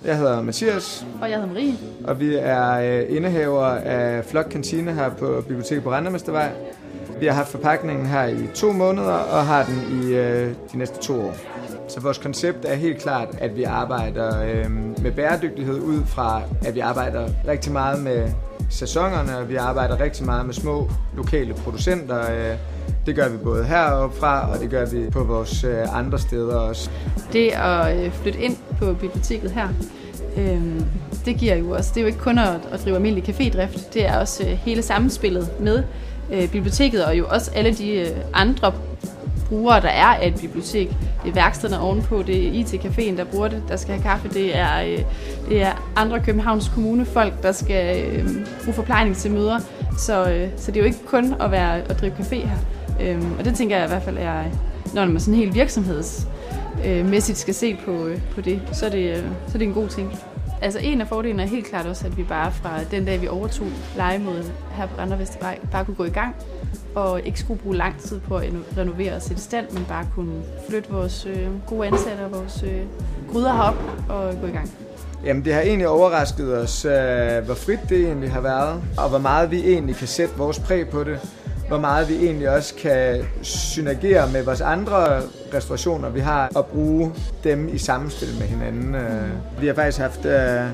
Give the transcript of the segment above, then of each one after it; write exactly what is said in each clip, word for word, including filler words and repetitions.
Jeg hedder Mathias. Og jeg hedder Marie. Og vi er øh, indehaver af Flok Kantine her på Biblioteket på Randers-Mestervej. Vi har haft forpakningen her i to måneder og har den i øh, de næste to år. Så vores koncept er helt klart, at vi arbejder øh, med bæredygtighed ud fra, at vi arbejder rigtig meget med sæsonerne, og vi arbejder rigtig meget med små lokale producenter. Øh, det gør vi både heroppe fra, og det gør vi på vores øh, andre steder også. Det at øh, flytte ind på biblioteket her, øh, det giver jo også, det er jo ikke kun at, at drive almindelig cafédrift, det er også øh, hele samspillet med øh, biblioteket, og jo også alle de øh, andre brugere, der er af et bibliotek. Det er værkstederne ovenpå, det er I T-caféen, der bruger det, der skal have kaffe. Det er, øh, det er andre Københavns Kommune-folk, der skal øh, bruge forplejning til møder. Så, øh, så det er jo ikke kun at, være, at drive café her. Øh, og det tænker jeg i hvert fald er, når man sådan helt virksomhedsmæssigt skal se på, øh, på det, så er det, øh, så er det en god ting. Altså en af fordelene er helt klart også, at vi bare fra den dag, vi overtog lejemålet her på Randers-Mestervej, bare kunne gå i gang og ikke skulle bruge lang tid på at renovere og sætte stand, men bare kunne flytte vores øh, gode ansatte og vores øh, gryder herop og gå i gang. Jamen det har egentlig overrasket os, øh, hvor frit det egentlig har været, og hvor meget vi egentlig kan sætte vores præg på det. Hvor meget vi egentlig også kan synergere med vores andre restaurationer, vi har, og bruge dem i samspil med hinanden. Vi har faktisk haft,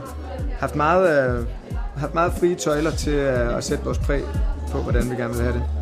haft, meget, haft meget frie tøjler til at sætte vores præg på, hvordan vi gerne vil have det.